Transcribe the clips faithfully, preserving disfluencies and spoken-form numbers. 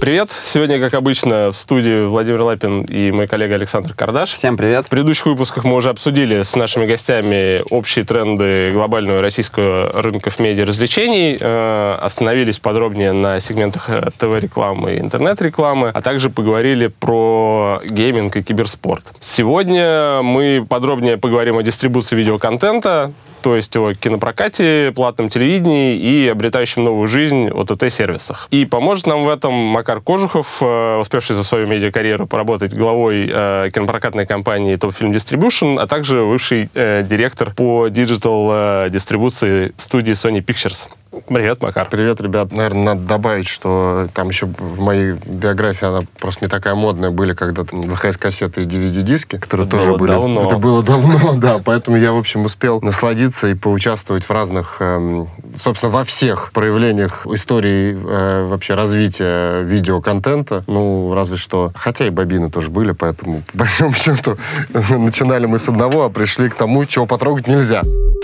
привет! Сегодня, как обычно, в студии Владимир Лапин и мой коллега Александр Кардаш. Всем привет! В предыдущих выпусках мы уже обсудили с нашими гостями общие тренды глобального российского рынков медиа-развлечений, э, остановились подробнее на сегментах ТВ-рекламы и интернет-рекламы, а также поговорили про гейминг и киберспорт. Сегодня мы подробнее поговорим о дистрибуции видеоконтента, то есть о кинопрокате, платном телевидении и обретающем новую жизнь о ТТ-сервисах. И поможет нам в этом Макар Кожухов, успевший за свою медиакарьеру поработать главой э, кинопрокатной компании Top Film Distribution, а также бывший э, директор по диджитал-дистрибуции студии Sony Pictures. Привет, Макар. Привет, ребят. Наверное, надо добавить, что там еще в моей биографии она просто не такая модная. Были когда-то вэ ха эс-кассеты и ди ви ди-диски, которые Это тоже было были. давно. Это было давно, да. Поэтому я, в общем, успел насладиться и поучаствовать в разных, эм, собственно, во всех проявлениях истории э, вообще развития видеоконтента. Ну, разве что... Хотя и бобины тоже были, поэтому, по большому счету, начинали мы с одного, а пришли к тому, чего потрогать нельзя.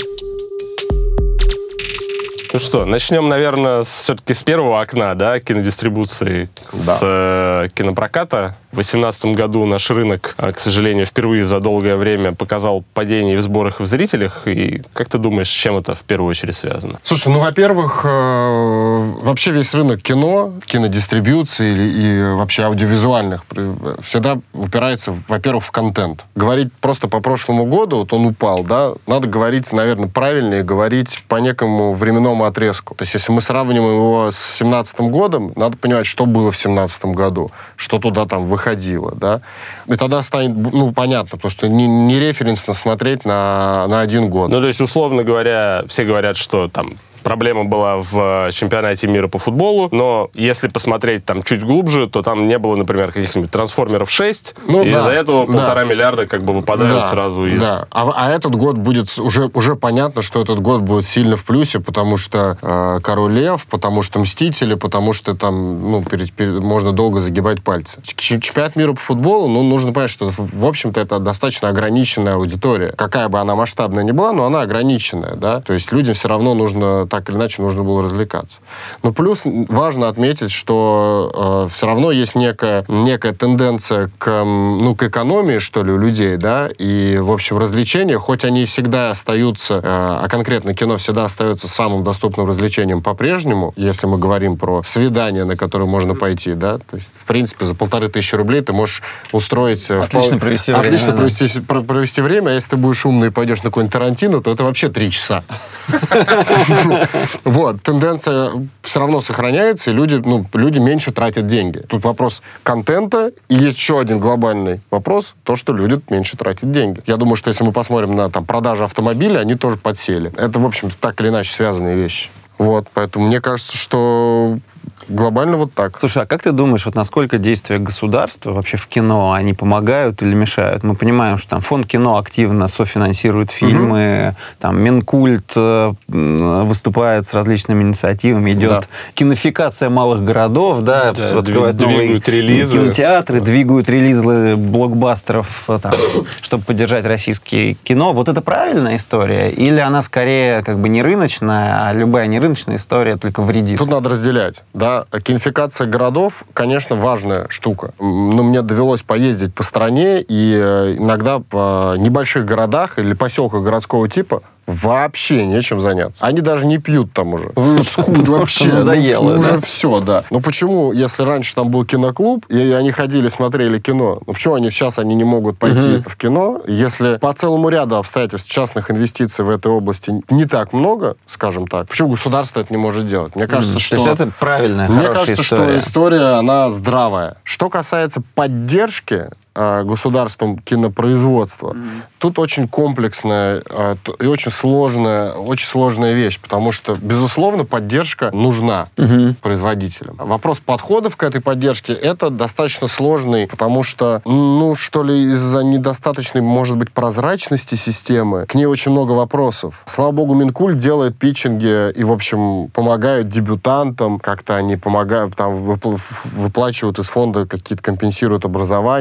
Ну что, начнем, наверное, все-таки с первого окна, да, кинодистрибуции, Да. с э, кинопроката. В две тысячи восемнадцатом году наш рынок, к сожалению, впервые за долгое время показал падение в сборах и в зрителях. И как ты думаешь, с чем это в первую очередь связано? Слушай, ну, во-первых, э, вообще весь рынок кино, кинодистрибьюции или, и вообще аудиовизуальных всегда упирается, во-первых, в контент. Говорить просто по прошлому году, вот он упал, да, надо говорить, наверное, правильнее, говорить по некому временному отрезку. То есть, если мы сравниваем его с семнадцатым годом, надо понимать, что было в семнадцатом году, что туда там выходило. Ходила, да, и тогда станет, ну, понятно, потому что не, не референсно смотреть на, на один год. Ну, то есть, условно говоря, все говорят, что там проблема была в чемпионате мира по футболу, но если посмотреть там чуть глубже, то там не было, например, каких-нибудь трансформеров шесть, ну, и да, из-за этого полтора да. миллиарда как бы выпадают да, сразу из... Да, а, а этот год будет, уже, уже понятно, что этот год будет сильно в плюсе, потому что э, Король Лев, потому что Мстители, потому что там, ну, перед, перед, можно долго загибать пальцы. Чемпионат мира по футболу, ну, нужно понять, что, в общем-то, это достаточно ограниченная аудитория. Какая бы она масштабная ни была, но она ограниченная, да, то есть людям все равно нужно так или иначе нужно было развлекаться. Но плюс важно отметить, что э, все равно есть некая, некая тенденция к, ну, к экономии, что ли, у людей, да, и, в общем, развлечения, хоть они всегда остаются, э, а конкретно кино всегда остается самым доступным развлечением по-прежнему, если мы говорим про свидание, на которое можно пойти, да, то есть, в принципе, за полторы тысячи рублей ты можешь устроить... Отлично впол... провести время. Отлично да. провести, провести время, а если ты будешь умный и пойдешь на какой-нибудь Тарантино, то это вообще три часа. Вот, тенденция все равно сохраняется, и люди, ну, люди меньше тратят деньги. Тут вопрос контента, и есть еще один глобальный вопрос, то, что люди меньше тратят деньги. Я думаю, что если мы посмотрим на там, продажи автомобилей, они тоже подсели. Это, в общем, так или иначе связанные вещи. Вот, поэтому мне кажется, что глобально вот так. Слушай, а как ты думаешь, вот насколько действия государства вообще в кино, они помогают или мешают? Мы понимаем, что там фонд кино активно софинансирует фильмы, угу. там Минкульт э, выступает с различными инициативами, идет да. кинофикация малых городов, да, да открывают новые релизы. кинотеатры, да. двигают релизы блокбастеров, там, чтобы поддержать российское кино. Вот это правильная история? Или она скорее как бы не рыночная, а любая нерыночная история только вредит? Тут надо разделять. Да, кинофикация городов, конечно, важная штука. Но мне довелось поездить по стране, и иногда в небольших городах или поселках городского типа вообще нечем заняться. Они даже не пьют там уже. Скуд вообще. Надоело, ну, да? Уже все, да. Но почему, если раньше там был киноклуб, и они ходили, смотрели кино, ну почему они сейчас они не могут пойти угу. в кино, если по целому ряду обстоятельств частных инвестиций в этой области не так много, скажем так, почему государство это не может делать? Мне кажется, mm. что... То есть это правильная, Мне хорошая кажется, история. что история, она здравая. Что касается поддержки государством кинопроизводства. Mm-hmm. Тут очень комплексная и очень сложная, очень сложная вещь, потому что, безусловно, поддержка нужна mm-hmm. производителям. Вопрос подходов к этой поддержке — это достаточно сложный, потому что, ну, что ли, из-за недостаточной, может быть, прозрачности системы, к ней очень много вопросов. Слава богу, Минкульт делает питчинги и, в общем, помогают дебютантам, как-то они помогают, там, выплачивают из фонда какие-то, компенсируют образование и так далее.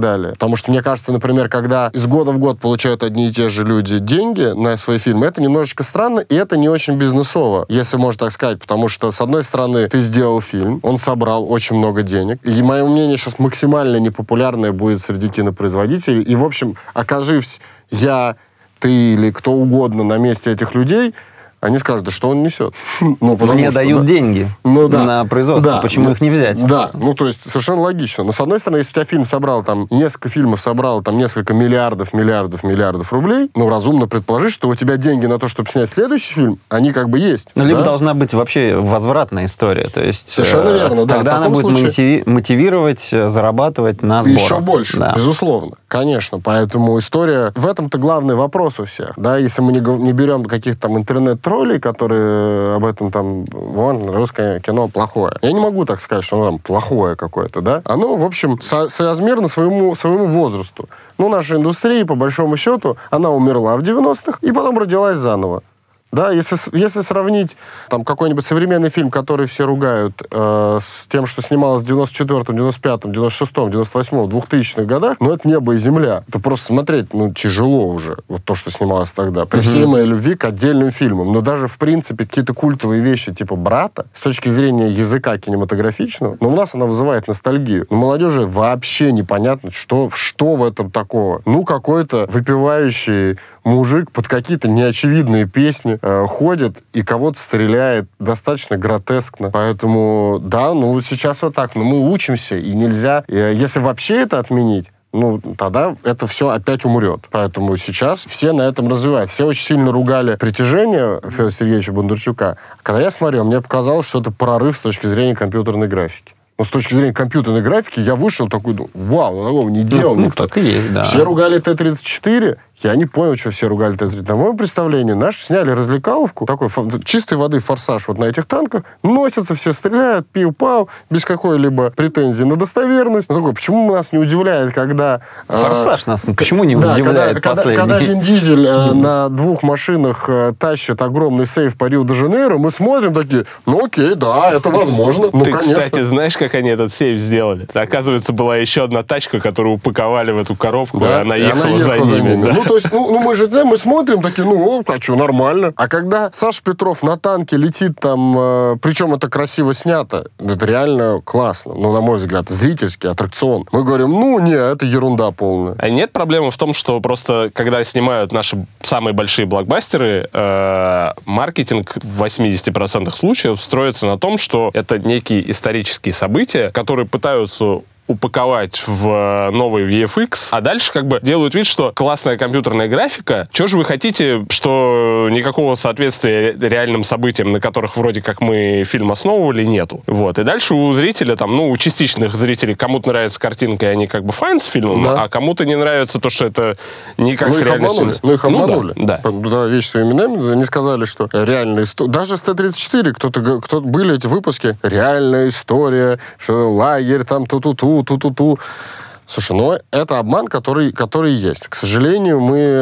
далее. Потому что, мне кажется, например, когда из года в год получают одни и те же люди деньги на свои фильмы, это немножечко странно, и это не очень бизнесово, если можно так сказать, потому что, с одной стороны, ты сделал фильм, он собрал очень много денег, и мое мнение сейчас максимально непопулярное будет среди кинопроизводителей, и, в общем, окажись я, ты или кто угодно на месте этих людей, они скажут, да что он несет? Ну, Мне что, дают да. деньги ну, да. на производство, да. почему да. их не взять? Да, ну то есть совершенно логично. Но с одной стороны, если у тебя фильм собрал, там, несколько фильмов собрал, там, несколько миллиардов, миллиардов, миллиардов рублей, ну, разумно предположить, что у тебя деньги на то, чтобы снять следующий фильм, они как бы есть. Ну, да? либо должна быть вообще возвратная история. То есть, совершенно э, верно, да. Тогда она будет случае... мотивировать, зарабатывать на сборах. Еще больше, да. безусловно. Конечно. Поэтому история... В этом-то главный вопрос у всех. Да? Если мы не, не берем каких-то там интернет-троллей, которые об этом там, вон, русское кино плохое. Я не могу так сказать, что оно там плохое какое-то, да? Оно, в общем, со- соразмерно своему, своему возрасту. Ну, наша индустрия, по большому счету, она умерла в девяностых и потом родилась заново. Да, если, если сравнить там какой-нибудь современный фильм, который все ругают, э, с тем, что снималось в девяносто четвёртом, девяносто пятом, девяносто шестом, девяносто восьмом, двухтысячных годах, ну, это небо и земля. Это просто смотреть, ну, тяжело уже, вот то, что снималось тогда. При всей моей любви к отдельным фильмам. Но даже, в принципе, какие-то культовые вещи, типа «Брата», с точки зрения языка кинематографичного, но у нас она вызывает ностальгию. Но молодежи вообще непонятно, что, что в этом такого. Ну, какой-то выпивающий мужик под какие-то неочевидные песни э, ходит и кого-то стреляет достаточно гротескно. Поэтому, да, ну, сейчас вот так. Но мы учимся, и нельзя... Э, если вообще это отменить, ну, тогда это все опять умрет. Поэтому сейчас все на этом развивают. Все очень сильно ругали «Притяжение» Федора Сергеевича Бондарчука. Когда я смотрел, мне показалось, что это прорыв с точки зрения компьютерной графики. Но с точки зрения компьютерной графики я вышел такой, ну, вау, ну, такого не делал ну, никто. Ну, так и есть, да. Все ругали Т тридцать четыре. Я не понял, что все ругали Т тридцать четыре. На моем представлении, наши сняли развлекаловку, такой фо- чистой воды форсаж вот на этих танках, носятся, все стреляют, пиу-пау, без какой-либо претензии на достоверность. Ну, такой, почему нас не удивляет, когда... Форсаж э, нас почему не да, удивляет когда, когда, когда Вин Дизель э, на двух машинах э, тащит огромный сейф по Рио-де-Жанейро, мы смотрим такие, ну окей, да, это возможно. Ну, Ты, конечно. кстати, знаешь, как они этот сейф сделали? Оказывается, была еще одна тачка, которую упаковали в эту коробку, да? и она и ехала, она ехала за, за ними. ними. Да? Ну, то есть, ну, ну, мы же мы смотрим, такие, ну, а что, нормально. А когда Саша Петров на танке летит там, э, причем это красиво снято, это реально классно, ну, на мой взгляд, зрительский аттракцион. Мы говорим, ну, не, это ерунда полная. А нет проблемы в том, что просто, когда снимают наши самые большие блокбастеры, э, маркетинг в восемьдесят процентов случаев строится на том, что это некие исторические события, которые пытаются упаковать в новый ви эф икс, а дальше как бы делают вид, что классная компьютерная графика. Чего же вы хотите, что никакого соответствия реальным событиям, на которых вроде как мы фильм основывали, нету. Вот. И дальше у зрителя, там, ну, у частичных зрителей, кому-то нравится картинка, и они как бы файн с фильмом, да. а кому-то не нравится то, что это никак ну, с реальностью. Обманули. Ну, их обманули. Ну, да. да. да. Вещи своими именами, они сказали, что реальная история... Даже с Т тридцать четыре кто-то, кто были эти выпуски, реальная история, что лагерь там ту-ту-ту, ту-ту-ту. Слушай, ну это обман, который, который есть. К сожалению,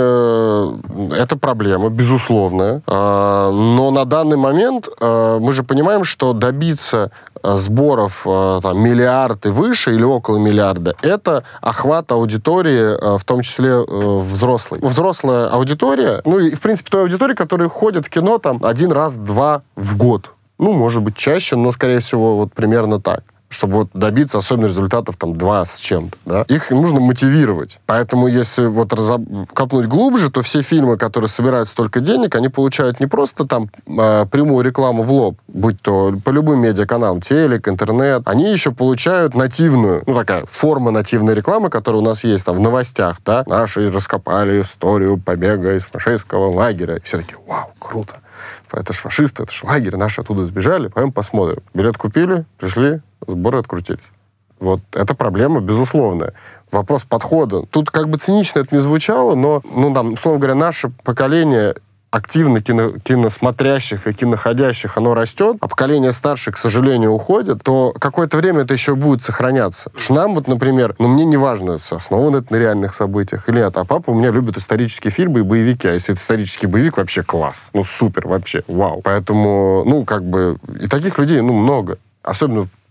мы... Это проблема, безусловная. Но на данный момент мы же понимаем, что добиться сборов там, миллиард и выше или около миллиарда, это охват аудитории, в том числе взрослой. Взрослая аудитория, ну и, в принципе, той аудитории, которая ходит в кино там один раз, два в год. Ну, может быть, чаще, но, скорее всего, вот примерно так. Чтобы вот добиться особенно результатов там два с чем-то, да, их нужно мотивировать. Поэтому если вот разоб... копнуть глубже, то все фильмы, которые собирают столько денег, они получают не просто там э, прямую рекламу в лоб, будь то по любым медиаканалам, телек, интернет, они еще получают нативную, ну такая форма нативной рекламы, которая у нас есть там в новостях, да, наши раскопали историю побега из фашистского лагеря. И все такие, вау, круто. Это ж фашисты, это ж лагерь, наши оттуда сбежали, пойдем посмотрим. Билет купили, пришли, сборы открутились. Вот это проблема, безусловная. Вопрос подхода. Тут как бы цинично это не звучало, но, ну, там, условно говоря, наше поколение активно кино, киносмотрящих и киноходящих, оно растет, а поколение старше, к сожалению, уходит, то какое-то время это еще будет сохраняться. Потому что нам вот, например, ну, мне не важно, основано это на реальных событиях или нет, а папа у меня любит исторические фильмы и боевики, а если это исторический боевик, вообще класс. Ну, супер, вообще, вау. Поэтому, ну, как бы, и таких людей, ну, много. Особенно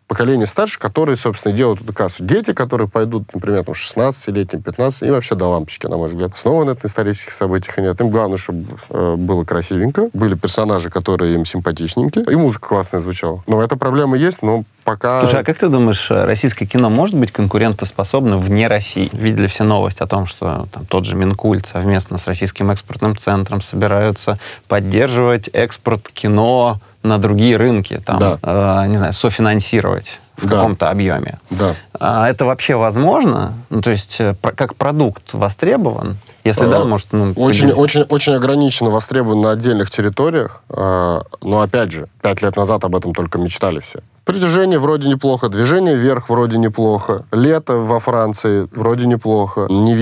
поколение старше, которые, собственно, делают эту кассу. Дети, которые пойдут, например, там, шестнадцатилетним, пятнадцатилетним, им вообще до лампочки, на мой взгляд. Снова на исторических событиях нет. Им главное, чтобы э, было красивенько, были персонажи, которые им симпатичненькие, и музыка классная звучала. Но эта проблема есть, но пока... Слушай, а как ты думаешь, российское кино может быть конкурентоспособным вне России? Видели все новости о том, что там, тот же Минкульт совместно с Российским экспортным центром собираются поддерживать экспорт кино на другие рынки, там, да. э, не знаю, софинансировать в да. каком-то объеме. Да. А это вообще возможно? Ну, то есть, как продукт востребован? Если а, да, может... Ну, очень, очень, очень ограниченно востребован на отдельных территориях, а, но, опять же, пять лет назад об этом только мечтали все. Притяжение вроде неплохо, движение вверх вроде неплохо, лето во Франции вроде неплохо,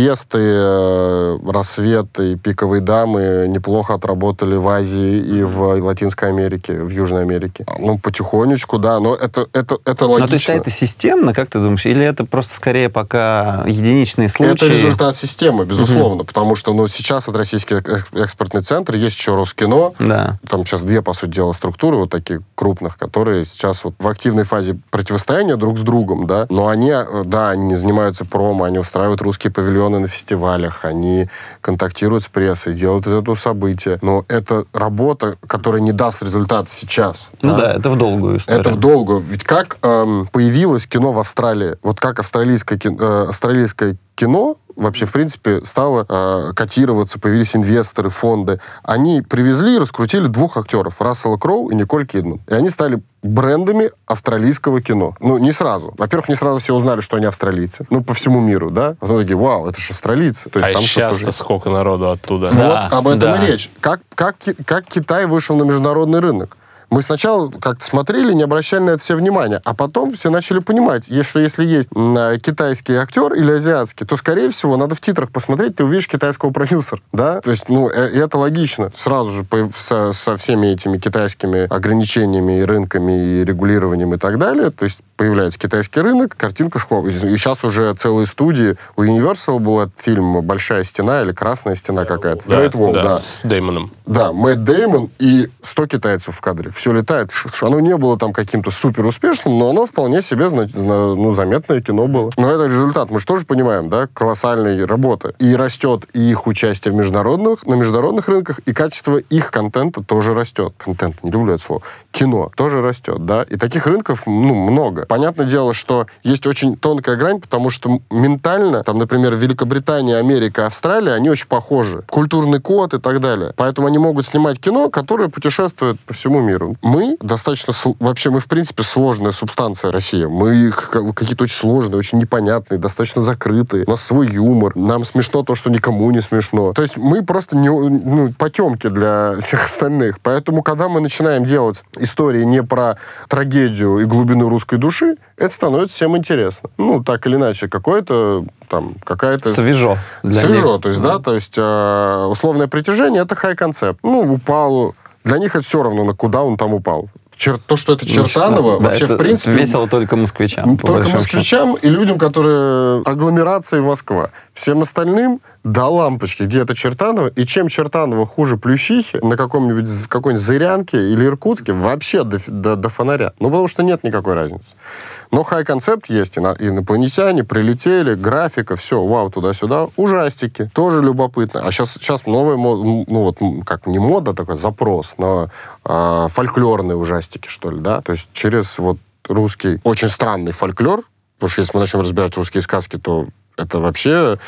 невесты, рассветы, пиковые дамы неплохо отработали в Азии и в Латинской Америке, в Южной Америке. Ну, потихонечку, да, но это, это, это логично. Но то есть это системно, как ты думаешь, или это просто скорее пока единичные случаи? Это результат системы, безусловно, угу. потому что ну, сейчас вот Российский экспортный центр, есть еще Роскино, да. там сейчас две, по сути дела, структуры вот такие крупных, которые сейчас вот в активной фазе противостояния друг с другом, да, но они, да, они занимаются промо, они устраивают русские павильоны на фестивалях, они контактируют с прессой, делают из этого события, но это работа, которая не даст результата сейчас. Ну да, да это в долгую историю. Это в долгую. Ведь как эм, появилось кино в Австралии, вот как австралийское кино, э, австралийское кино вообще, в принципе, стало э, котироваться, появились инвесторы, фонды. Они привезли и раскрутили двух актеров, Рассела Кроу и Николь Кидман. И они стали брендами австралийского кино. Ну, не сразу. Во-первых, не сразу все узнали, что они австралийцы. Ну, по всему миру, да? Потом такие, вау, это же австралийцы. То есть, а там сейчас-то тоже... сколько народу оттуда. Да, вот об этом да. и речь. Как, как, как Китай вышел на международный рынок? Мы сначала как-то смотрели, не обращали на это все внимания, а потом все начали понимать, что если есть китайский актер или азиатский, то, скорее всего, надо в титрах посмотреть, ты увидишь китайского продюсера, да? То есть, ну, и это логично. Сразу же со, со всеми этими китайскими ограничениями и рынками, и регулированием и так далее, то есть появляется китайский рынок, картинка схлопывается. И сейчас уже целые студии. У Universal был этот фильм «Большая стена» или «Красная стена» какая-то. Да, Great Wall, да, да. с Дэймоном. Да, Мэтт Дэймон и сто китайцев в кадре. Все летает. Оно не было там каким-то супер успешным, но оно вполне себе ну, заметное кино было. Но это результат, мы же тоже понимаем, да, колоссальной работы. И растет и их участие в международных, на международных рынках, и качество их контента тоже растет. Контент, не люблю это слово. Кино тоже растет, да. И таких рынков, ну, много. Понятное дело, что есть очень тонкая грань, потому что ментально, там, например, Великобритания, Америка, Австралия, они очень похожи. Культурный код и так далее. Поэтому они могут снимать кино, которое путешествует по всему миру. Мы достаточно... Вообще, мы, в принципе, сложная субстанция Россия. Мы какие-то очень сложные, очень непонятные, достаточно закрытые. У нас свой юмор. Нам смешно то, что никому не смешно. То есть мы просто не, ну, потемки для всех остальных. Поэтому, когда мы начинаем делать истории не про трагедию и глубину русской души, это становится всем интересно. Ну, так или иначе, какое-то там, какая-то... Свежо. Свежо, них. то есть, да, то есть э, условное притяжение — это хай-концепт. Ну, упал... Для них это все равно, на куда он там упал. Чер... То, что это Чертаново, да, вообще, это в принципе... весело только москвичам. Только москвичам счету. И людям, которые... Агломерации Москва. Всем остальным до лампочки, где это Чертаново. И чем Чертаново хуже Плющихи, на каком-нибудь, в какой-нибудь Зырянке или Иркутске, вообще до, до, до фонаря. Ну, потому что нет никакой разницы. Но хай-концепт есть. Инопланетяне прилетели, графика, все, вау, туда-сюда. Ужастики, тоже любопытно. А сейчас, сейчас новая, ну вот, как не мода, такой запрос на э, фольклорные ужастики, что ли, да? То есть через вот русский очень странный фольклор, потому что если мы начнем разбирать русские сказки, то это вообще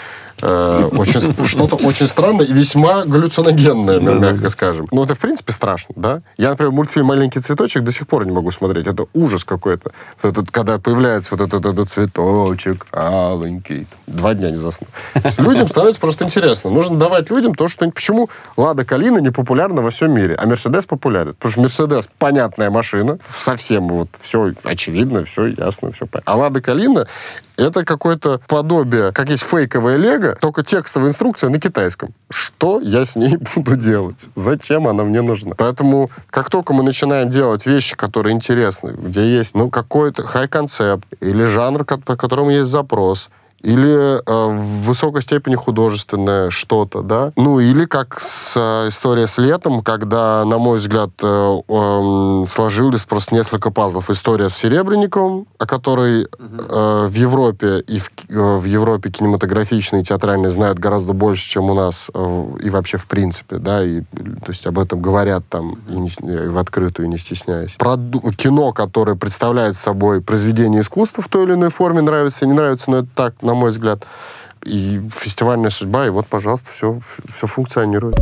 э, очень, что-то очень странное и весьма галлюциногенное, мягко скажем. Ну, это, в принципе, страшно, да? Я, например, мультфильм «Маленький цветочек» до сих пор не могу смотреть. Это ужас какой-то. Вот этот, когда появляется вот этот, этот цветочек аленький. Два дня не засну. Людям становится просто интересно. Нужно давать людям то, что... Почему «Лада Калина» не популярна во всем мире, а «Мерседес» популярен? Потому что «Мерседес» — понятная машина. Совсем вот все очевидно, все ясно, все понятно. А «Лада Калина» — это какое-то подобие, как есть фейковое лего, только текстовая инструкция на китайском. Что я с ней буду делать? Зачем она мне нужна? Поэтому, как только мы начинаем делать вещи, которые интересны, где есть, ну, какой-то хай-концепт или жанр, по которому есть запрос, или э, в высокой степени художественное что-то, да. Ну, или как с, э, история с летом, когда, на мой взгляд, э, э, сложились просто несколько пазлов. История с Серебренниковым, о которой э, в Европе и в, э, в Европе кинематографичные и театральные знают гораздо больше, чем у нас, э, и вообще в принципе, да, и, то есть об этом говорят там и, не, и в открытую, не стесняясь. Проду- кино, которое представляет собой произведение искусства в той или иной форме, нравится, не нравится, но это так, на мой взгляд. И фестивальная судьба, и вот, пожалуйста, все, все функционирует.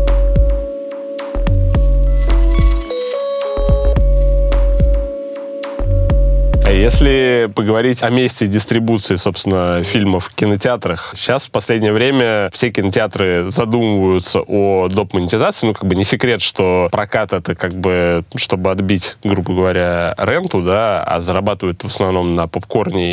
Если поговорить о месте дистрибуции, собственно, фильмов в кинотеатрах, сейчас в последнее время все кинотеатры задумываются о доп-монетизации. Ну, как бы не секрет, что прокат — это как бы, чтобы отбить, грубо говоря, ренту, да, а зарабатывают в основном на попкорне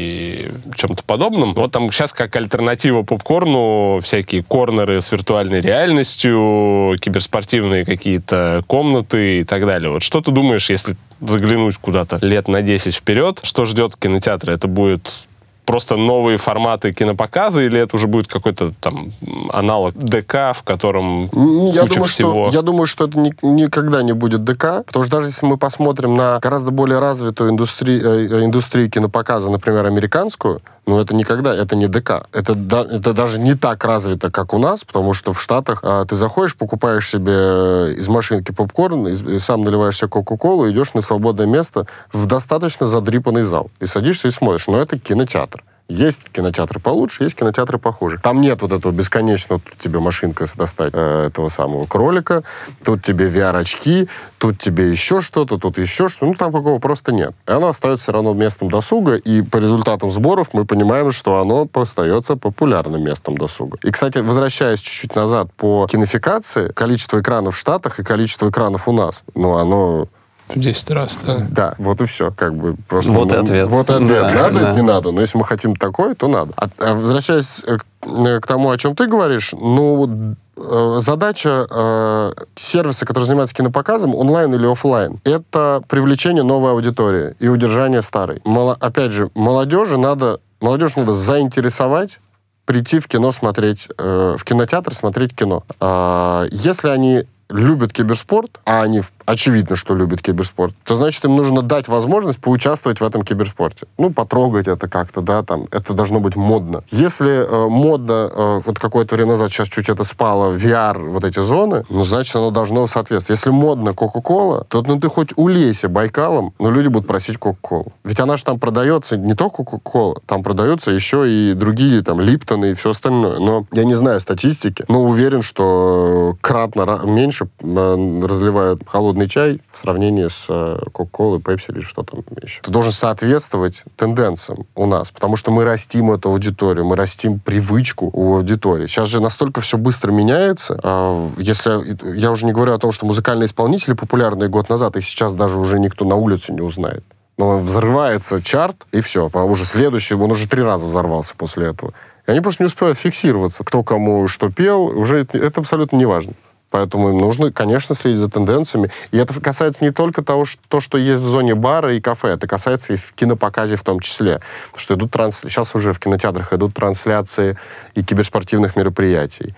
и чем-то подобном. Вот там сейчас как альтернатива попкорну всякие корнеры с виртуальной реальностью, киберспортивные какие-то комнаты и так далее. Вот что ты думаешь, если заглянуть куда-то лет на десять вперед, что ждет кинотеатры? Это будет просто новые форматы кинопоказа, или это уже будет какой-то там аналог ДК, в котором я куча думаю, всего? Что, я думаю, что это ни, никогда не будет ДК, потому что даже если мы посмотрим на гораздо более развитую индустрию, э, индустрию кинопоказа, например, американскую, ну, это никогда, это не ДК. Это, да, это даже не так развито, как у нас, потому что в Штатах а, ты заходишь, покупаешь себе из машинки попкорн, и, и сам наливаешь себе кока-колу, идешь на свободное место в достаточно задрипанный зал. И садишься и смотришь. Но это кинотеатр. Есть кинотеатры получше, есть кинотеатры похуже. Там нет вот этого бесконечного, тут тебе машинка достать э, этого самого кролика, тут тебе ви ар-очки, тут тебе еще что-то, тут еще что-то. Ну, там такого просто нет. И оно остается все равно местом досуга, и по результатам сборов мы понимаем, что оно остается популярным местом досуга. И, кстати, возвращаясь чуть-чуть назад по кинофикации, количество экранов в Штатах и количество экранов у нас, ну, оно... В десять раз, да. Да, вот и все, как бы. Просто, вот ну, и ответ. Вот и ответ. Да, надо, да. не надо. Но если мы хотим такое, то надо. А, а возвращаясь к, к тому, о чем ты говоришь, ну, э, задача э, сервиса, который занимается кинопоказом, онлайн или офлайн, это привлечение новой аудитории и удержание старой. Мало, опять же, молодежи надо, молодежь надо заинтересовать, прийти в кино смотреть, э, в кинотеатр смотреть кино. Э, если они любят киберспорт, а они очевидно, что любят киберспорт, то, значит, им нужно дать возможность поучаствовать в этом киберспорте. Ну, потрогать это как-то, да, там, это должно быть модно. Если э, модно, э, вот какое-то время назад, сейчас чуть это спало, ви ар, вот эти зоны, ну, значит, оно должно соответствовать. Если модно Кока-Кола, то, ну, ты хоть улейся Байкалом, но люди будут просить Кока-Колу. Ведь она же там продается не только Кока-Кола, там продаются еще и другие, там, Липтоны и все остальное. Но я не знаю статистики, но уверен, что кратно меньше э, разливают холодный чай в сравнении с Кока-Колой, Пепси или что там еще. Ты должен соответствовать тенденциям у нас, потому что мы растим эту аудиторию, мы растим привычку у аудитории. Сейчас же настолько все быстро меняется. Если я уже не говорю о том, что музыкальные исполнители популярные год назад, их сейчас даже уже никто на улице не узнает. Но взрывается чарт, и все. Уже следующий, он уже три раза взорвался после этого. И они просто не успевают фиксироваться, кто кому что пел. Уже это, это абсолютно не важно. Поэтому им нужно, конечно, следить за тенденциями. И это касается не только того, что, то, что есть в зоне бара и кафе. Это касается и в кинопоказе в том числе. Потому что идут транс... сейчас уже в кинотеатрах идут трансляции и киберспортивных мероприятий,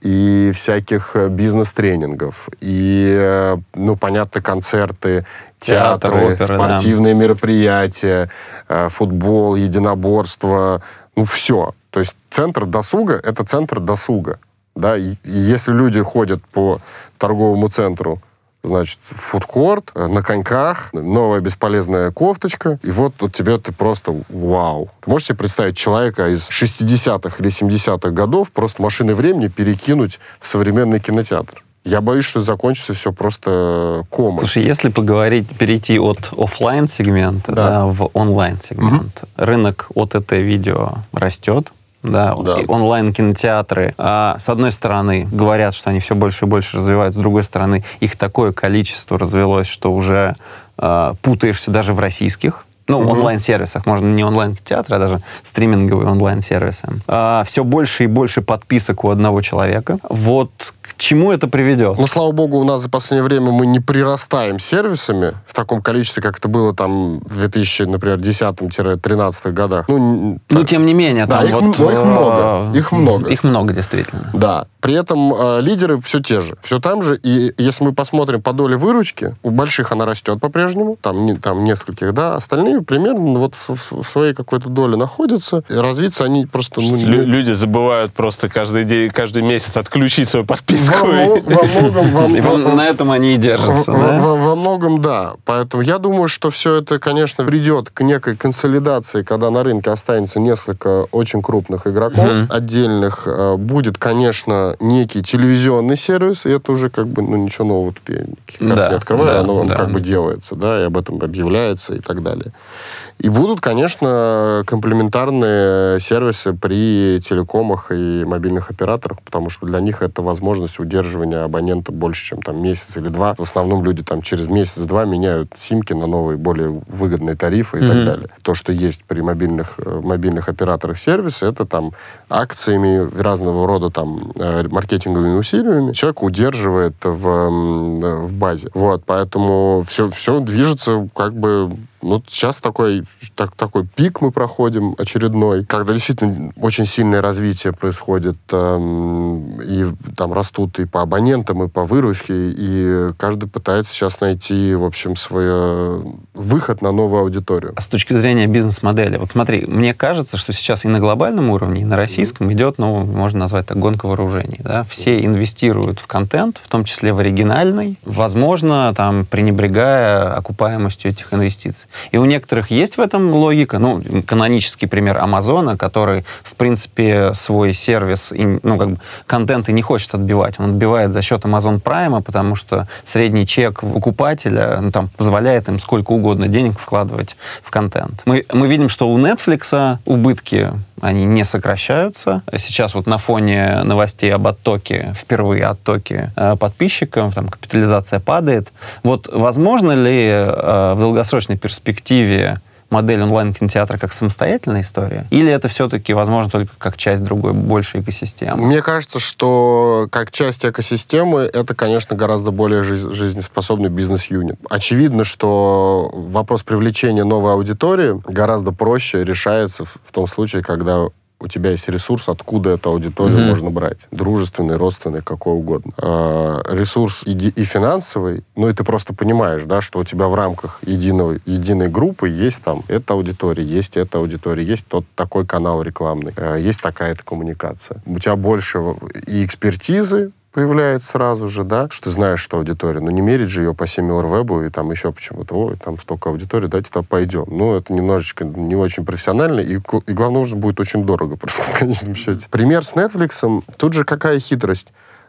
и всяких бизнес-тренингов, и, ну, понятно, концерты, театры, Театр, опера, спортивные да. мероприятия, футбол, единоборство, ну, все. То есть центр досуга — это центр досуга. Да, и если люди ходят по торговому центру, значит, в фудкорт, на коньках, новая бесполезная кофточка, и вот тут тебе ты просто вау. Ты можешь себе представить человека из шестидесятых или семидесятых годов просто машиной времени перекинуть в современный кинотеатр? Я боюсь, что закончится все просто комом. Слушай, если поговорить, перейти от офлайн-сегмента да. Да, в онлайн-сегмент, угу. рынок о тэ тэ-видео растет. Да, да. онлайн-кинотеатры, а, с одной стороны, говорят, что они все больше и больше развиваются, с другой стороны, их такое количество развелось, что уже а, путаешься даже в российских Ну, Мгм. онлайн-сервисах, можно не онлайн-театр, а даже стриминговые онлайн-сервисы. А, все больше и больше подписок у одного человека. Вот к чему это приведет? Ну, слава богу, у нас за последнее время мы не прирастаем сервисами в таком количестве, как это было там в две тысячи, например, десятом-тринадцатом годах. Ну, н- Ну, так. тем не менее, Да, там их, вот... м- их э, много, их много. Их много, действительно. Да. При этом э, лидеры все те же, все там же. И если мы посмотрим по доле выручки, у больших она растет по-прежнему, там, не, там нескольких, да, остальные примерно вот в, в- в своей какой-то доле находятся. И развиться они просто... Ну, не- Лю- Люди забывают просто каждый день, каждый месяц отключить свою во, подписку. мо- во многом... во- И во- вот на этом они и В- держатся, в- да? во, во многом, да. Поэтому я думаю, что все это, конечно, придет к некой консолидации, когда на рынке останется несколько очень крупных игроков Мгм. отдельных. Э, Будет, конечно, некий телевизионный сервис, и это уже как бы, ну, ничего нового тут я никаких карт Да, не открываю, да, оно он да. как бы делается, да, и об этом объявляется и так далее. И будут, конечно, комплементарные сервисы при телекомах и мобильных операторах, потому что для них это возможность удерживания абонента больше, чем там месяц или два. В основном люди там через месяц-два меняют симки на новые, более выгодные тарифы и Мгм. так далее. То, что есть при мобильных, э, мобильных операторах сервисы, это там акциями, разного рода там э, маркетинговыми усилиями человек удерживает в, м, в базе. Вот, поэтому все, все движется как бы... Ну, сейчас такой, так, такой пик мы проходим очередной, когда действительно очень сильное развитие происходит, эм, и там растут и по абонентам, и по выручке, и каждый пытается сейчас найти, в общем, свой выход на новую аудиторию. А с точки зрения бизнес-модели, вот смотри, мне кажется, что сейчас и на глобальном уровне, и на российском идет, ну, можно назвать так, гонка вооружений. Да? Все инвестируют в контент, в том числе в оригинальный, возможно, там, пренебрегая окупаемостью этих инвестиций. И у некоторых есть в этом логика. Ну, канонический пример Амазона, который, в принципе, свой сервис, и, ну, как бы, контент и не хочет отбивать. Он отбивает за счет Amazon Prime, потому что средний чек покупателя, ну, там, позволяет им сколько угодно денег вкладывать в контент. Мы, мы видим, что у Netflix убытки, они не сокращаются. Сейчас вот на фоне новостей об оттоке, впервые оттоке э, подписчиков, там капитализация падает. Вот возможно ли э, в долгосрочной перспективе модель онлайн-кинотеатра как самостоятельная история? Или это все-таки возможно только как часть другой, большей экосистемы? Мне кажется, что как часть экосистемы это, конечно, гораздо более жиз- жизнеспособный бизнес-юнит. Очевидно, что вопрос привлечения новой аудитории гораздо проще решается в, в том случае, когда у тебя есть ресурс, откуда эту аудиторию Мгм. можно брать. Дружественный, родственный, какой угодно. А, ресурс и, ди- и финансовый, ну и ты просто понимаешь, да, что у тебя в рамках единого, единой группы есть там эта аудитория, есть эта аудитория, есть тот такой канал рекламный, а, есть такая-то коммуникация. У тебя больше и экспертизы появляется сразу же, да, что ты знаешь, что аудитория. Но не мерить же ее по Similarweb и там еще почему-то, ой, там столько аудитории, давайте туда пойдем. Ну, это немножечко не очень профессионально, и, и главное, уже будет очень дорого просто в конечном счете. Пример с Netflix. Тут же какая хитрость.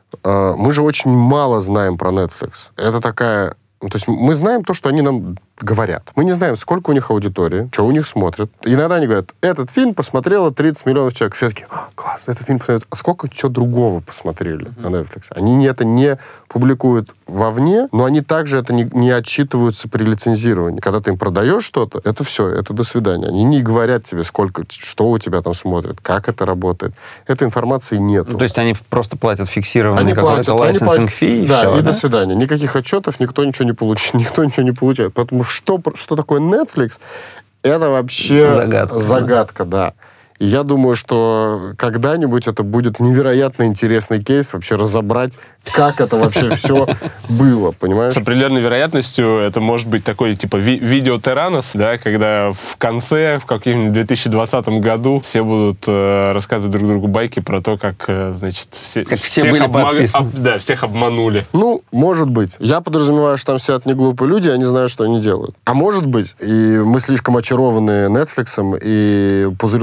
А, Мы же очень мало знаем про Netflix. Это такая... ну, то есть мы знаем то, что они нам говорят. Мы не знаем, сколько у них аудитории, что у них смотрят. Иногда они говорят, этот фильм посмотрело тридцать миллионов человек. Все такие, «А, класс, этот фильм посмотрели». А сколько чего другого посмотрели mm-hmm. на Netflix? Они не, это не публикуют вовне, но они также это не, не отчитываются при лицензировании. Когда ты им продаешь что-то, это все, это до свидания. Они не говорят тебе, сколько, что у тебя там смотрят, как это работает. Этой информации нету. Ну, то есть они просто платят фиксированный Они какой-то платят, они лайсенсинг платят, фи, и да, все, и да? до свидания. Никаких отчетов, никто ничего не получит, никто ничего не получает. Поэтому что, что такое Netflix, это вообще Загадка, загадка, да. И я думаю, что когда-нибудь это будет невероятно интересный кейс вообще разобрать, как это вообще все было, понимаешь? С определенной вероятностью это может быть такой типа ви- видео Терранос, да, когда в конце, в каком-нибудь две тысячи двадцатом году все будут э, рассказывать друг другу байки про то, как, э, значит, все, Как все всех, были обма- подписаны. об- да, всех обманули. Ну, может быть. Я подразумеваю, что там сидят не глупые люди, они знают, что они делают. А может быть, и мы слишком очарованы Netflix'ом, и пузырь лопнет.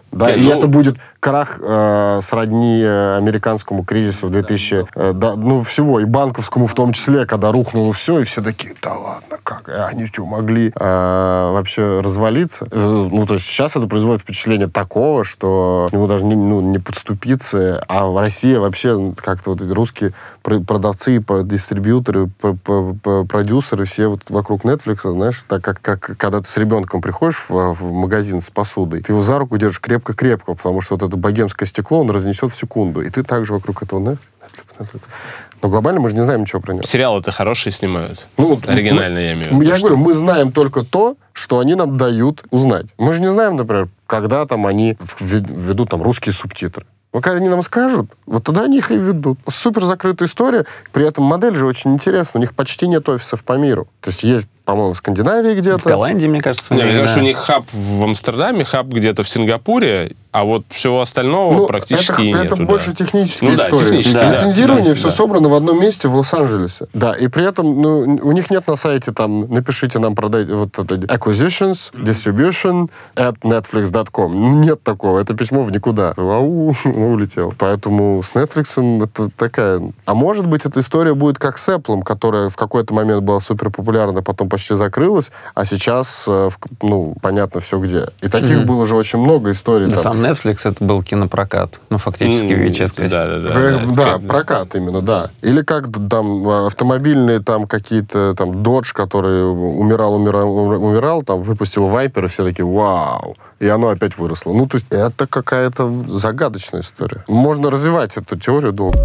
Да, Нет, и ну... это будет крах э, сродни американскому кризису в двухтысячном, э, да, ну, всего, и банковскому в том числе, когда рухнуло все, и все такие, да ладно, как, они что, могли э, вообще развалиться? Ну, то есть сейчас это производит впечатление такого, что ему даже не, ну, не подступиться, а в России вообще как-то вот эти русские продавцы, дистрибьюторы, продюсеры, все вот вокруг Netflix, знаешь, так как, как когда ты с ребенком приходишь в, в магазин с посудой, ты его за руку держишь крепко-крепко, потому что вот это богемское стекло он разнесет в секунду. И ты также вокруг этого Netflix, Netflix. Но глобально мы же не знаем ничего про него. Сериалы-то хорошие снимают. Ну, оригинальные, я имею в виду. Я что... говорю, мы знаем только то, что они нам дают узнать. Мы же не знаем, например, когда там они введут там русские субтитры. Но когда они нам скажут, вот тогда они их и ведут. Супер закрытая история. При этом модель же очень интересна. У них почти нет офисов по миру. То есть есть, по-моему, в Скандинавии где-то. В Голландии, мне кажется. Не, мне да. кажется, у них хаб в Амстердаме, хаб где-то в Сингапуре, а вот всего остального ну, практически это, нету. Это да. больше технические ну, да, истории. технические, да. Лицензирование да, все да. собрано в одном месте в Лос-Анджелесе. Да, и при этом ну, у них нет на сайте там, напишите нам, продайте вот это acquisitions, distribution at netflix dot com. Нет такого. Это письмо в никуда. Ау, улетел. Поэтому с Netflix это такая... А может быть, эта история будет как с Apple, которая в какой-то момент была супер популярна, потом почти закрылась, а сейчас, ну, понятно все где. И таких mm-hmm. было же очень много историй. Да, там. Сам Netflix это был кинопрокат. Ну, фактически mm-hmm. ви эйч эс. Да, да, да. В, да, да, прокат именно, да. Или как там автомобильные там какие-то там Dodge, который умирал, умирал, умирал, там выпустил Viper, и все такие вау. И оно опять выросло. Ну, то есть это какая-то загадочная история. Можно развивать эту теорию долго.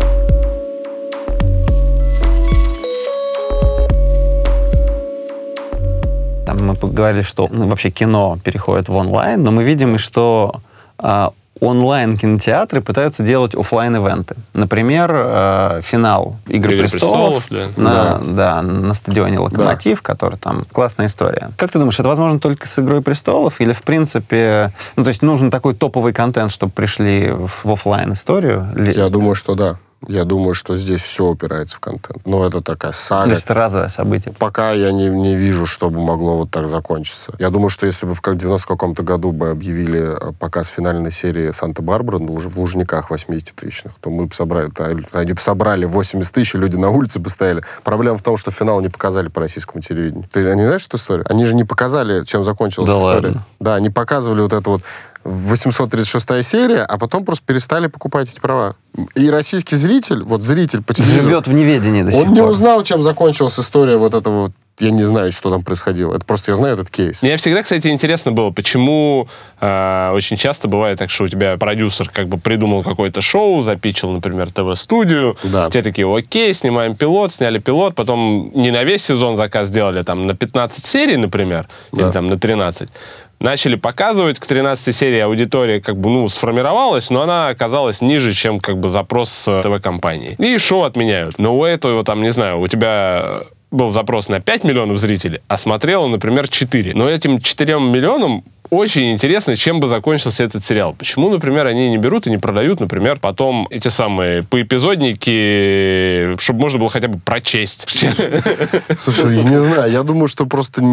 Мы поговорили, что ну, вообще кино переходит в онлайн, но мы видим и что э, онлайн-кинотеатры пытаются делать офлайн-ивенты. Например, э, финал «Игры, Игры престолов», престолов да. На, Да. Да, на стадионе «Локомотив», да. Который там классная история. Как ты думаешь, это возможно только с «Игрой престолов» или, в принципе, ну, то есть нужен такой топовый контент, чтобы пришли в, в офлайн-историю? Я думаю, что да. Я думаю, что здесь все упирается в контент. Ну, это такая сага. То есть это разовое событие. Пока я не, не вижу, чтобы могло вот так закончиться. Я думаю, что если бы в девяностом каком-то году бы объявили показ финальной серии «Санта-Барбара» в Лужниках восьмидесятитысячных, то мы бы собрали, они бы собрали восемьдесят тысяч, и люди на улице бы стояли. Проблема в том, что финал не показали по российскому телевидению. Ты они знаешь эту историю? Они же не показали, чем закончилась да история. Ладно. Да, они показывали вот это вот восемьсот тридцать шестая серия, а потом просто перестали покупать эти права. И российский зритель, вот зритель по телевизору... Живет в неведении до сих Он пор. не узнал, чем закончилась история вот этого вот. Я не знаю, что там происходило. Это просто я знаю этот кейс. Мне всегда, кстати, интересно было, почему э, очень часто бывает так, что у тебя продюсер как бы придумал какое-то шоу, запичил, например, ТВ-студию. Да. Те такие, окей, снимаем пилот, сняли пилот, потом не на весь сезон заказ сделали, там, на пятнадцать серий, например, да. или там на тринадцать. Начали показывать, к тринадцатой серии аудитория как бы, ну, сформировалась, но она оказалась ниже, чем как бы запрос ТВ-компании. И шоу отменяют. Но у этого, там, не знаю, у тебя был запрос на пять миллионов зрителей, а смотрело, например, четыре. Но этим четырем миллионам очень интересно, чем бы закончился этот сериал. Почему, например, они не берут и не продают, например, потом эти самые поэпизодники, чтобы можно было хотя бы прочесть. Слушай, я не знаю, я думаю, что просто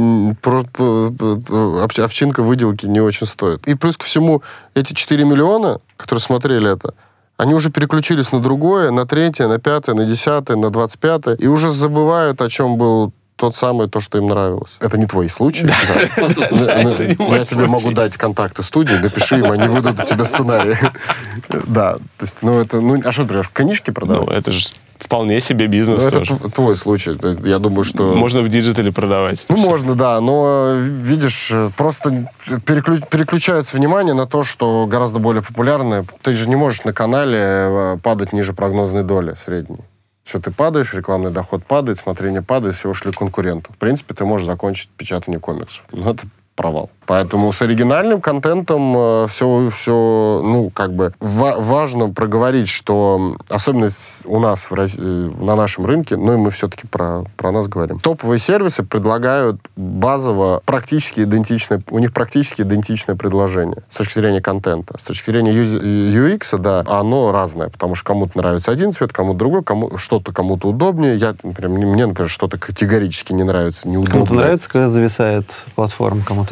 овчинка выделки не очень стоит. И плюс ко всему, эти четыре миллиона, которые смотрели это, они уже переключились на другое, на третье, на пятое, на десятое, на двадцать пятое, и уже забывают, о чем был тот самый, то, что им нравилось. Это не твой случай. Я тебе могу дать контакты студии, напиши им, они выдадут тебе сценарий. Да, то есть, ну это, ну, а что, например, книжки продавать? Ну, это же вполне себе бизнес ну, тоже. Это твой случай. Я думаю, что... Можно в диджитале продавать. Ну, можно, да, но, видишь, просто переключ... переключается внимание на то, что гораздо более популярное. Ты же не можешь на канале падать ниже прогнозной доли средней. Все, ты падаешь, рекламный доход падает, смотрение падает, все ушли к конкуренту. В принципе, ты можешь закончить печатание комиксов. Но это провал. Поэтому с оригинальным контентом э, все, все, ну, как бы ва- важно проговорить, что особенно у нас в России, на нашем рынке, ну, и мы все-таки про, про нас говорим, топовые сервисы предлагают базово практически идентичное, у них практически идентичное предложение с точки зрения контента. С точки зрения ю экс, да, оно разное, потому что кому-то нравится один цвет, кому-то другой, кому, что-то кому-то удобнее. Я, например, мне, например, что-то категорически не нравится, неудобно. Кому-то нравится, когда зависает платформа, кому-то нет, да?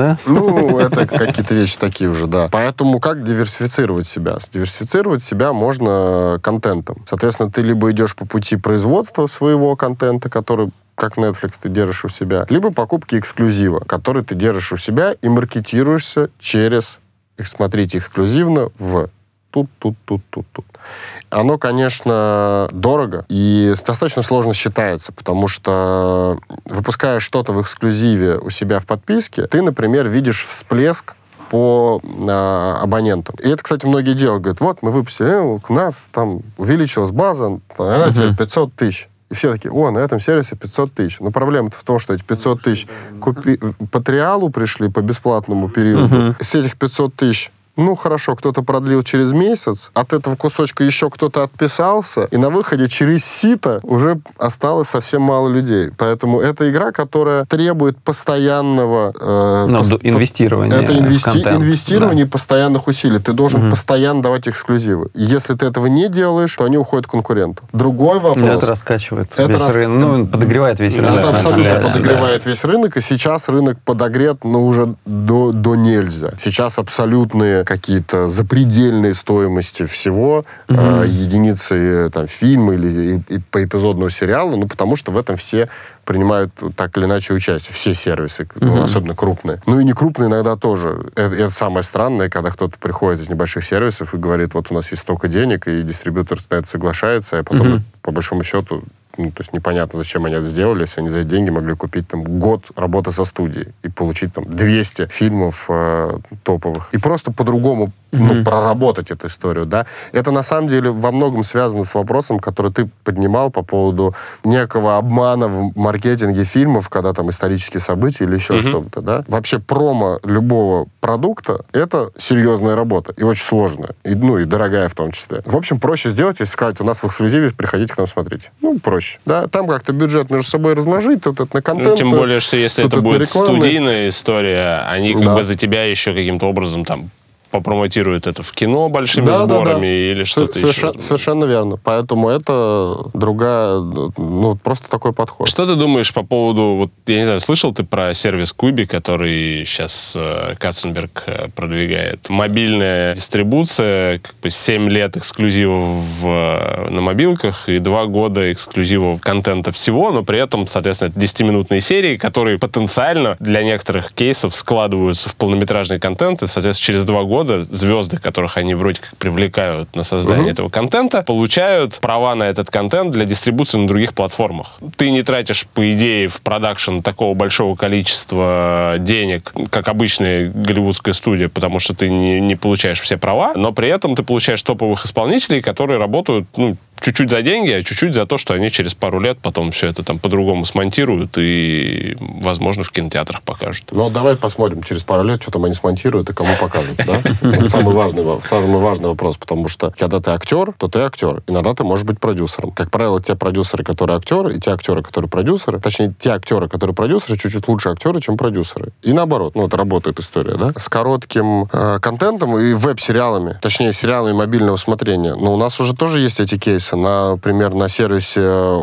да? Ну, это какие-то вещи такие уже, да. Поэтому как диверсифицировать себя? Диверсифицировать себя можно контентом. Соответственно, ты либо идешь по пути производства своего контента, который как Netflix ты держишь у себя, либо покупки эксклюзива, который ты держишь у себя и маркетируешься через, смотрите, эксклюзивно в тут, тут, тут, тут, тут. Оно, конечно, дорого и достаточно сложно считается, потому что, выпуская что-то в эксклюзиве у себя в подписке, ты, например, видишь всплеск по а, абонентам. И это, кстати, многие делают. Говорят, вот, мы выпустили, э, у нас там увеличилась база, она теперь пятьсот тысяч. И все такие, о, на этом сервисе пятьсот тысяч. Но проблема-то в том, что эти пятьсот тысяч купи... по триалу пришли, по бесплатному периоду. Uh-huh. С этих пятьсот тысяч, ну, хорошо, кто-то продлил через месяц, от этого кусочка еще кто-то отписался, и на выходе через сито уже осталось совсем мало людей. Поэтому это игра, которая требует постоянного... Э, ну, пос... инвестирования. Это инвести... в инвестирование да. постоянных усилий. Ты должен угу. постоянно давать эксклюзивы. И если ты этого не делаешь, то они уходят к конкуренту. Другой вопрос... Это раскачивает это весь рас... рынок. Ну, подогревает весь рынок. Это абсолютно да. подогревает весь рынок, и сейчас рынок подогрет, ну, уже до, до нельзя. Сейчас абсолютные какие-то запредельные стоимости всего, mm-hmm. э, единицы там, фильма или и, и поэпизодного сериала, ну, потому что в этом все принимают так или иначе участие. Все сервисы, mm-hmm. ну, особенно крупные. Ну, и не крупные иногда тоже. Это, это самое странное, когда кто-то приходит из небольших сервисов и говорит, вот у нас есть столько денег, и дистрибьютор на это соглашается, а потом, mm-hmm. по большому счету, ну, то есть непонятно, зачем они это сделали, если они за эти деньги могли купить там год работы со студией и получить там двести фильмов э, топовых. И просто по-другому mm-hmm. ну, проработать эту историю, да. Это на самом деле во многом связано с вопросом, который ты поднимал по поводу некого обмана в маркетинге фильмов, когда там исторические события или еще mm-hmm. что-то, да. Вообще промо любого продукта — это серьезная работа и очень сложная, и, ну, и дорогая в том числе. В общем, проще сделать, если сказать, у нас в эксклюзиве, приходите к нам смотреть. Ну, проще. Да, там как-то бюджет между собой разложить, тут это на контент. Ну, тем более, что если это будет студийная история, они как да. бы за тебя еще каким-то образом там попромотируют это в кино большими да, сборами да, да. или что-то Совершенно, еще. Совершенно верно. Поэтому это другая, ну, просто такой подход. Что ты думаешь по поводу, вот, я не знаю, слышал ты про сервис Куби, который сейчас э, Катценберг э, продвигает? Мобильная дистрибуция, как бы семь лет эксклюзивов в, на мобилках и два года эксклюзивов контента всего, но при этом, соответственно, это десятиминутные серии, которые потенциально для некоторых кейсов складываются в полнометражный контент, и, соответственно, через два года звезды, которых они вроде как привлекают на создание uh-huh. этого контента, получают права на этот контент для дистрибуции на других платформах. Ты не тратишь, по идее, в продакшн такого большого количества денег, как обычная голливудская студия, потому что ты не, не получаешь все права, но при этом ты получаешь топовых исполнителей, которые работают, ну, чуть-чуть за деньги, а чуть-чуть за то, что они через пару лет потом все это там по-другому смонтируют и, возможно, в кинотеатрах покажут. Ну, давай посмотрим через пару лет, что там они смонтируют и кому покажут, да? Это самый важный, самый важный вопрос, потому что когда ты актер, то ты актер. Иногда ты можешь быть продюсером. Как правило, те продюсеры, которые актеры, и те актеры, которые продюсеры, точнее, те актеры, которые продюсеры, чуть-чуть лучше актеры, чем продюсеры. И наоборот. Ну, это работает история, да? С коротким э, контентом и веб-сериалами, точнее, сериалами мобильного смотрения. Но у нас уже тоже есть эти кейсы. Например, на сервисе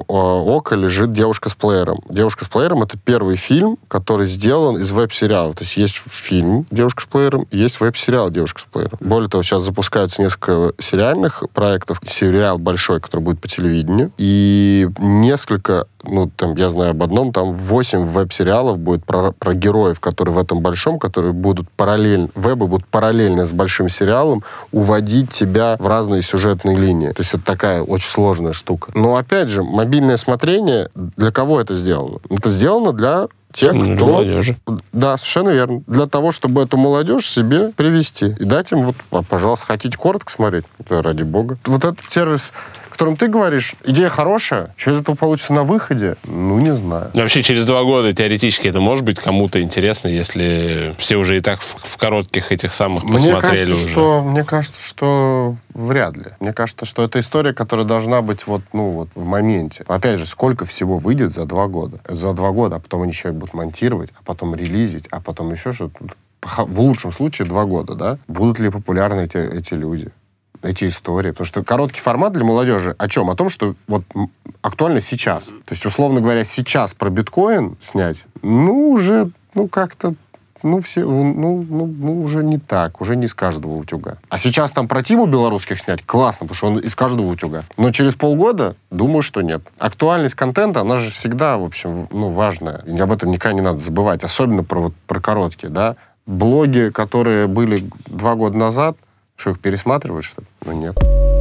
Ока лежит «Девушка с плеером». «Девушка с плеером» — это первый фильм, который сделан из веб-сериала. То есть есть фильм «Девушка с плеером», есть веб-сериал «Девушка с плеером». Более того, сейчас запускаются несколько сериальных проектов. Сериал большой, который будет по телевидению. И несколько, ну, там, я знаю об одном, там восемь веб-сериалов будет про, про героев, которые в этом большом, которые будут параллельно, вебы будут параллельно с большим сериалом уводить тебя в разные сюжетные линии. То есть это такая очень сложная штука. Но, опять же, мобильное смотрение, для кого это сделано? Это сделано для тех, для кто... молодежи. Да, совершенно верно. Для того, чтобы эту молодежь себе привести. И дать им, вот, пожалуйста, хотите коротко смотреть? Это ради бога. Вот этот сервис, о котором ты говоришь, идея хорошая. Что из этого получится на выходе? Ну, не знаю. Вообще, через два года теоретически это может быть кому-то интересно, если все уже и так в, в коротких этих самых посмотрели мне кажется, уже. Что, мне кажется, что вряд ли. Мне кажется, что это история, которая должна быть вот, ну, вот в моменте. Опять же, сколько всего выйдет за два года? За два года, а потом они еще будут монтировать, а потом релизить, а потом еще что-то. В лучшем случае два года, да? Будут ли популярны эти, эти люди? Эти истории. Потому что короткий формат для молодежи о чем? О том, что вот актуально сейчас. То есть, условно говоря, сейчас про биткоин снять, ну, уже, ну, как-то ну, все, ну, ну, ну, уже не так, уже не из каждого утюга. А сейчас там про Тиму белорусских снять классно, потому что он из каждого утюга. Но через полгода, думаю, что нет. Актуальность контента, она же всегда, в общем, ну, важная. И об этом никогда не надо забывать. Особенно про, вот, про короткие, да. Блоги, которые были два года назад, что их пересматривать, что ли? Ну, нет.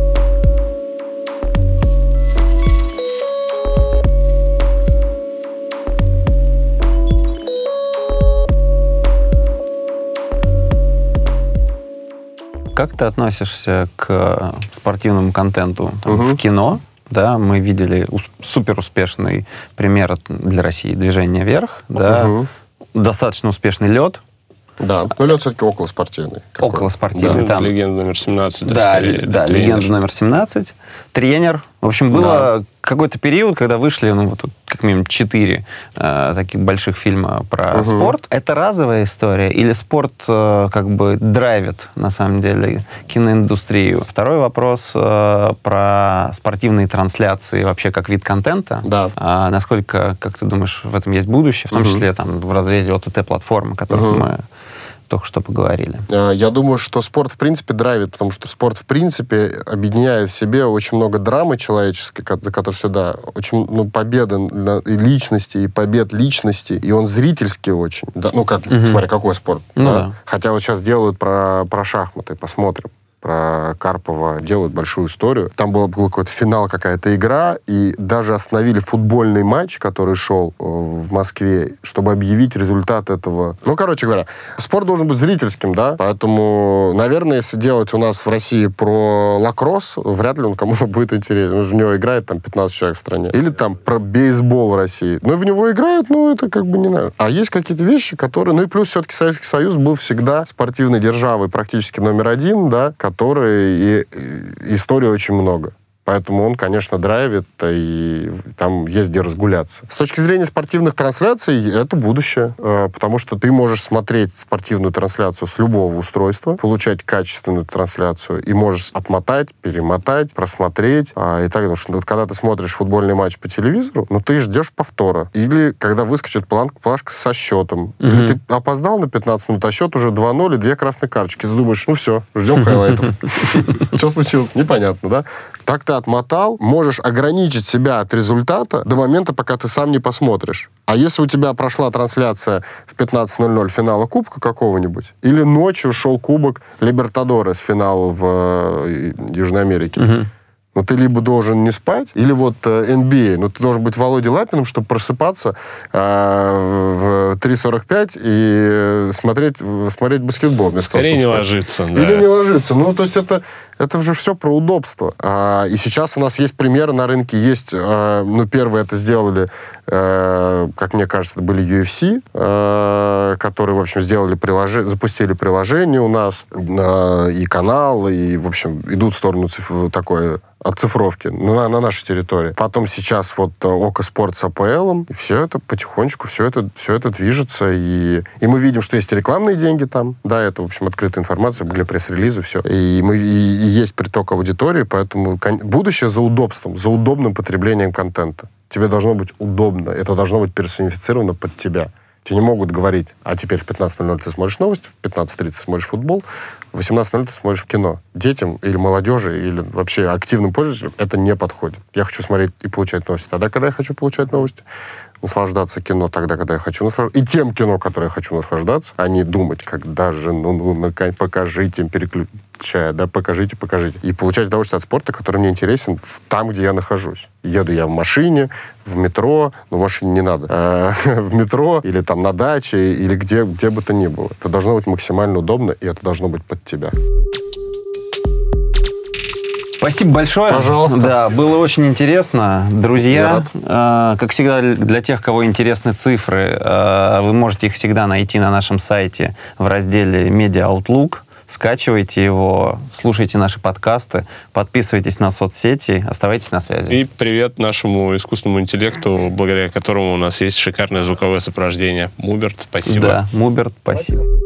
Как ты относишься к спортивному контенту там, Угу. в кино? Да, мы видели ус- супер успешный пример для России «Движение вверх». Да, Угу. достаточно успешный «Лед». Да, но лед все-таки околоспортивный. Какой? Около спортивный. Да, Там. легенда номер семнадцать. Да, Да, скорее, да, тренер. легенда номер семнадцать. Тренер. В общем, было какой-то период, когда вышли, ну, вот, как минимум, четыре э, таких больших фильма про Мгм. спорт. Это разовая история или спорт э, как бы драйвит, на самом деле, киноиндустрию? Второй вопрос э, про спортивные трансляции вообще как вид контента. Да. А насколько, как ты думаешь, в этом есть будущее, в том Мгм. числе там, в разрезе о тэ тэ-платформ, о которых Мгм. мы только что поговорили? Э, Я думаю, что спорт в принципе драйвит, потому что спорт в принципе объединяет в себе очень много драмы человеческой, ко- за которой всегда очень, ну, победа на- и личности, и побед личности, и он зрительский очень. Да, ну, как, Мгм. смотри, какой спорт. Ну да? да. Хотя вот сейчас делают про, про шахматы, посмотрим. Про Карпова делают большую историю. Там был, был какой-то финал, какая-то игра, и даже остановили футбольный матч, который шел э, в Москве, чтобы объявить результат этого. Ну, короче говоря, спорт должен быть зрительским, да, поэтому, наверное, если делать у нас в России про лакросс, вряд ли он кому-то будет интересен. Потому что в него играет там пятнадцать человек в стране. Или там про бейсбол в России. Ну, и в него играют, ну, это как бы не надо. А есть какие-то вещи, которые... Ну, и плюс все-таки Советский Союз был всегда спортивной державой практически номер один, да, который и, и истории очень много. Поэтому он, конечно, драйвит, и там есть где разгуляться. С точки зрения спортивных трансляций, это будущее, э, потому что ты можешь смотреть спортивную трансляцию с любого устройства, получать качественную трансляцию, и можешь отмотать, перемотать, просмотреть, а, и так далее. Потому что вот когда ты смотришь футбольный матч по телевизору, ну, ты ждешь повтора. Или когда выскочит план- плашка со счетом. Мгм. Или ты опоздал на пятнадцать минут, а счет уже два ноль и две красные карточки. Ты думаешь, ну все, ждем хайлайтов. Что случилось? Непонятно, да? Так ты отмотал, можешь ограничить себя от результата до момента, пока ты сам не посмотришь. А если у тебя прошла трансляция в пятнадцать ноль ноль финала Кубка какого-нибудь, или ночью шел Кубок Либертадорес, финал в э, Южной Америке, Мгм. ну, ты либо должен не спать, или вот э, эн би эй, ну, ты должен быть Володей Лапиным, чтобы просыпаться э, в три сорок пять и э, смотреть, смотреть баскетбол. вместо того, Скорее не чтобы спать. ложиться. Да. Или не ложиться. Ну, то есть это, это же все про удобство. А, и сейчас у нас есть примеры на рынке. Есть, а, ну, первые это сделали, а, как мне кажется, это были ю эф си, а, которые, в общем, сделали приложение, запустили приложение у нас, а, и канал, и, в общем, идут в сторону циф- такой оцифровки на, на нашей территории. Потом сейчас вот Око Спорт с а пэ элом, и все это потихонечку, все это, все это движется, и, и мы видим, что есть рекламные деньги там, да, это, в общем, открытая информация, были пресс-релизы, все. И, мы, и, и есть приток аудитории, поэтому кон- будущее за удобством, за удобным потреблением контента. Тебе должно быть удобно, это должно быть персонифицировано под тебя. Тебе не могут говорить, а теперь в пятнадцать ноль ноль ты смотришь новости, в пятнадцать тридцать смотришь футбол, в восемнадцать ноль ноль ты смотришь кино. Детям или молодежи, или вообще активным пользователям это не подходит. Я хочу смотреть и получать новости тогда, когда я хочу получать новости. Наслаждаться кино тогда, когда я хочу наслаждаться. И тем кино, которое я хочу наслаждаться, а не думать, когда же, ну, ну наконец, покажите, переключая, да, покажите, покажите. И получать удовольствие от спорта, который мне интересен в- там, где я нахожусь. Еду я в машине, в метро, ну, в машине не надо, а, в метро или там на даче, или где, где бы то ни было. Это должно быть максимально удобно, и это должно быть под тебя. Спасибо большое. Пожалуйста. Да, было очень интересно. Я Друзья, рад. э, как всегда, для тех, кого интересны цифры, э, вы можете их всегда найти на нашем сайте в разделе Media Outlook. Скачивайте его, слушайте наши подкасты, подписывайтесь на соцсети, оставайтесь на связи. И привет нашему искусственному интеллекту, благодаря которому у нас есть шикарное звуковое сопровождение. Муберт, спасибо. Да, Муберт, спасибо.